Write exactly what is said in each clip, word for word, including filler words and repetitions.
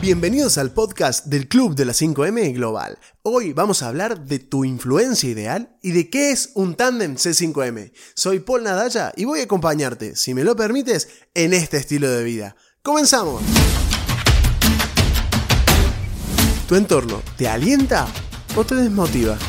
Bienvenidos al podcast del Club de las cinco eme Global. Hoy vamos a hablar de tu influencia ideal y de qué es un tándem ce cinco eme. Soy Paul Nadalla y voy a acompañarte, si me lo permites, en este estilo de vida. ¡Comenzamos! ¿Tu entorno te alienta o te desmotiva?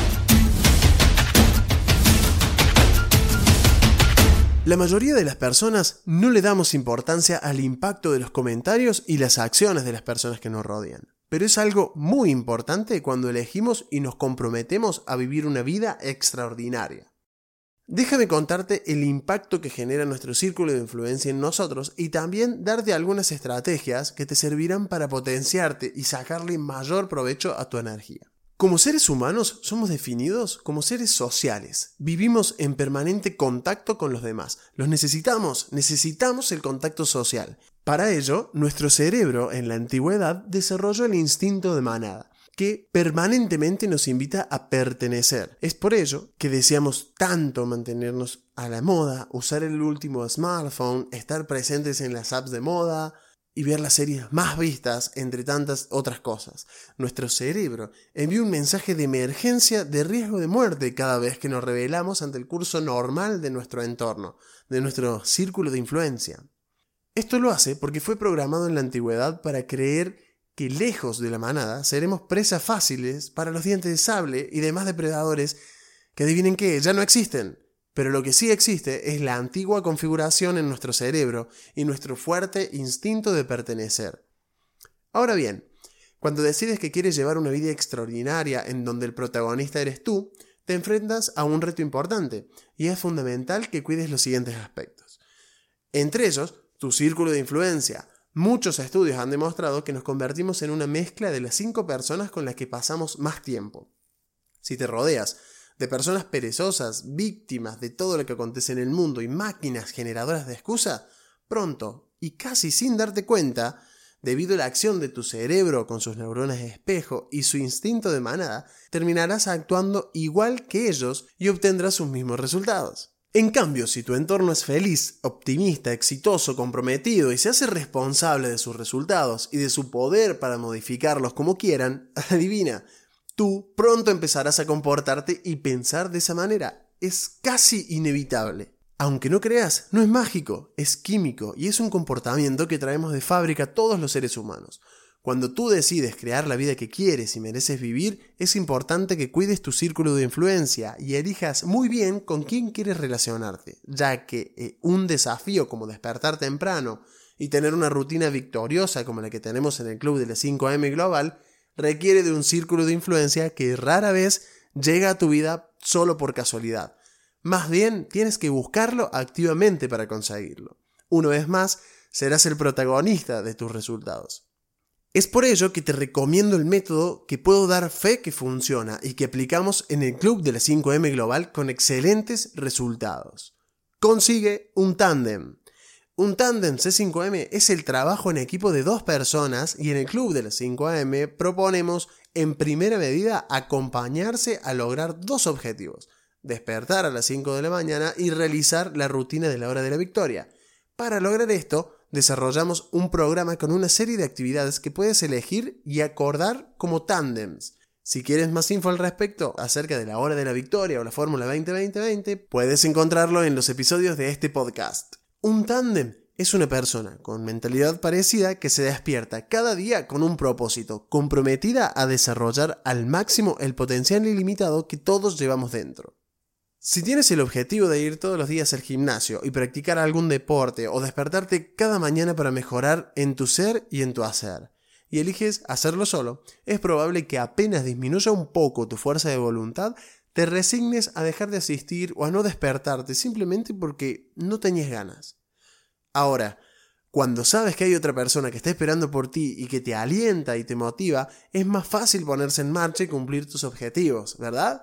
La mayoría de las personas no le damos importancia al impacto de los comentarios y las acciones de las personas que nos rodean. Pero es algo muy importante cuando elegimos y nos comprometemos a vivir una vida extraordinaria. Déjame contarte el impacto que genera nuestro círculo de influencia en nosotros y también darte algunas estrategias que te servirán para potenciarte y sacarle mayor provecho a tu energía. Como seres humanos somos definidos como seres sociales. Vivimos en permanente contacto con los demás. Los necesitamos, necesitamos el contacto social. Para ello, nuestro cerebro en la antigüedad desarrolló el instinto de manada, que permanentemente nos invita a pertenecer. Es por ello que deseamos tanto mantenernos a la moda, usar el último smartphone, estar presentes en las apps de moda y ver las series más vistas, entre tantas otras cosas. Nuestro cerebro envía un mensaje de emergencia de riesgo de muerte cada vez que nos rebelamos ante el curso normal de nuestro entorno, de nuestro círculo de influencia. Esto lo hace porque fue programado en la antigüedad para creer que lejos de la manada seremos presas fáciles para los dientes de sable y demás depredadores que adivinen qué, ya no existen. Pero lo que sí existe es la antigua configuración en nuestro cerebro y nuestro fuerte instinto de pertenecer. Ahora bien, cuando decides que quieres llevar una vida extraordinaria en donde el protagonista eres tú, te enfrentas a un reto importante y es fundamental que cuides los siguientes aspectos. Entre ellos, tu círculo de influencia. Muchos estudios han demostrado que nos convertimos en una mezcla de las cinco personas con las que pasamos más tiempo. Si te rodeas de personas perezosas, víctimas de todo lo que acontece en el mundo y máquinas generadoras de excusa, pronto, y casi sin darte cuenta, debido a la acción de tu cerebro con sus neuronas de espejo y su instinto de manada, terminarás actuando igual que ellos y obtendrás sus mismos resultados. En cambio, si tu entorno es feliz, optimista, exitoso, comprometido y se hace responsable de sus resultados y de su poder para modificarlos como quieran, adivina, tú pronto empezarás a comportarte y pensar de esa manera. Es casi inevitable. Aunque no creas, no es mágico, es químico y es un comportamiento que traemos de fábrica todos los seres humanos. Cuando tú decides crear la vida que quieres y mereces vivir, es importante que cuides tu círculo de influencia y elijas muy bien con quién quieres relacionarte, ya que eh, un desafío como despertar temprano y tener una rutina victoriosa como la que tenemos en el Club de las cinco eme Global requiere de un círculo de influencia que rara vez llega a tu vida solo por casualidad. Más bien, tienes que buscarlo activamente para conseguirlo. Una vez más, serás el protagonista de tus resultados. Es por ello que te recomiendo el método que puedo dar fe que funciona y que aplicamos en el Club de las cinco eme Global con excelentes resultados. Consigue un tándem. Un tándem ce cinco eme es el trabajo en equipo de dos personas y en el Club de las cinco eme proponemos en primera medida acompañarse a lograr dos objetivos: despertar a las cinco de la mañana y realizar la rutina de la hora de la victoria. Para lograr esto, desarrollamos un programa con una serie de actividades que puedes elegir y acordar como tándems. Si quieres más info al respecto acerca de la hora de la victoria o la fórmula veinte veinte veinte, puedes encontrarlo en los episodios de este podcast. Un tándem es una persona con mentalidad parecida que se despierta cada día con un propósito, comprometida a desarrollar al máximo el potencial ilimitado que todos llevamos dentro. Si tienes el objetivo de ir todos los días al gimnasio y practicar algún deporte o despertarte cada mañana para mejorar en tu ser y en tu hacer, y eliges hacerlo solo, es probable que apenas disminuya un poco tu fuerza de voluntad, te resignes a dejar de asistir o a no despertarte simplemente porque no tenías ganas. Ahora, cuando sabes que hay otra persona que está esperando por ti y que te alienta y te motiva, es más fácil ponerse en marcha y cumplir tus objetivos, ¿verdad?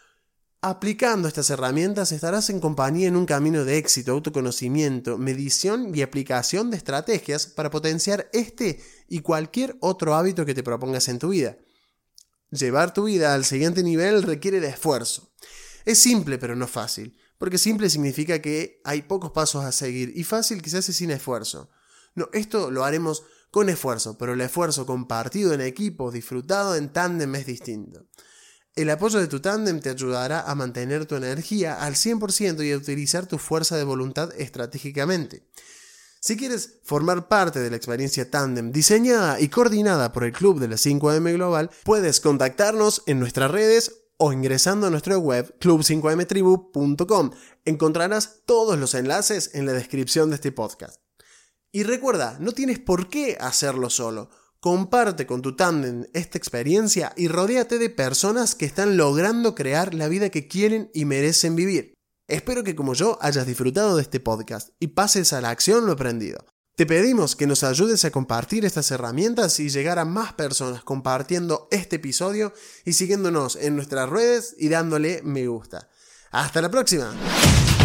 Aplicando estas herramientas estarás en compañía en un camino de éxito, autoconocimiento, medición y aplicación de estrategias para potenciar este y cualquier otro hábito que te propongas en tu vida. Llevar tu vida al siguiente nivel requiere de esfuerzo. Es simple pero no fácil, porque simple significa que hay pocos pasos a seguir y fácil que se hace sin esfuerzo. No, esto lo haremos con esfuerzo, pero el esfuerzo compartido en equipo, disfrutado en tándem es distinto. El apoyo de tu tándem te ayudará a mantener tu energía al cien por ciento y a utilizar tu fuerza de voluntad estratégicamente. Si quieres formar parte de la experiencia tándem diseñada y coordinada por el Club de las cinco eme Global, puedes contactarnos en nuestras redes o ingresando a nuestra web club cinco eme tribu punto com. Encontrarás todos los enlaces en la descripción de este podcast. Y recuerda, no tienes por qué hacerlo solo. Comparte con tu tándem esta experiencia y rodéate de personas que están logrando crear la vida que quieren y merecen vivir. Espero que como yo hayas disfrutado de este podcast y pases a la acción lo aprendido. Te pedimos que nos ayudes a compartir estas herramientas y llegar a más personas compartiendo este episodio y siguiéndonos en nuestras redes y dándole me gusta. ¡Hasta la próxima!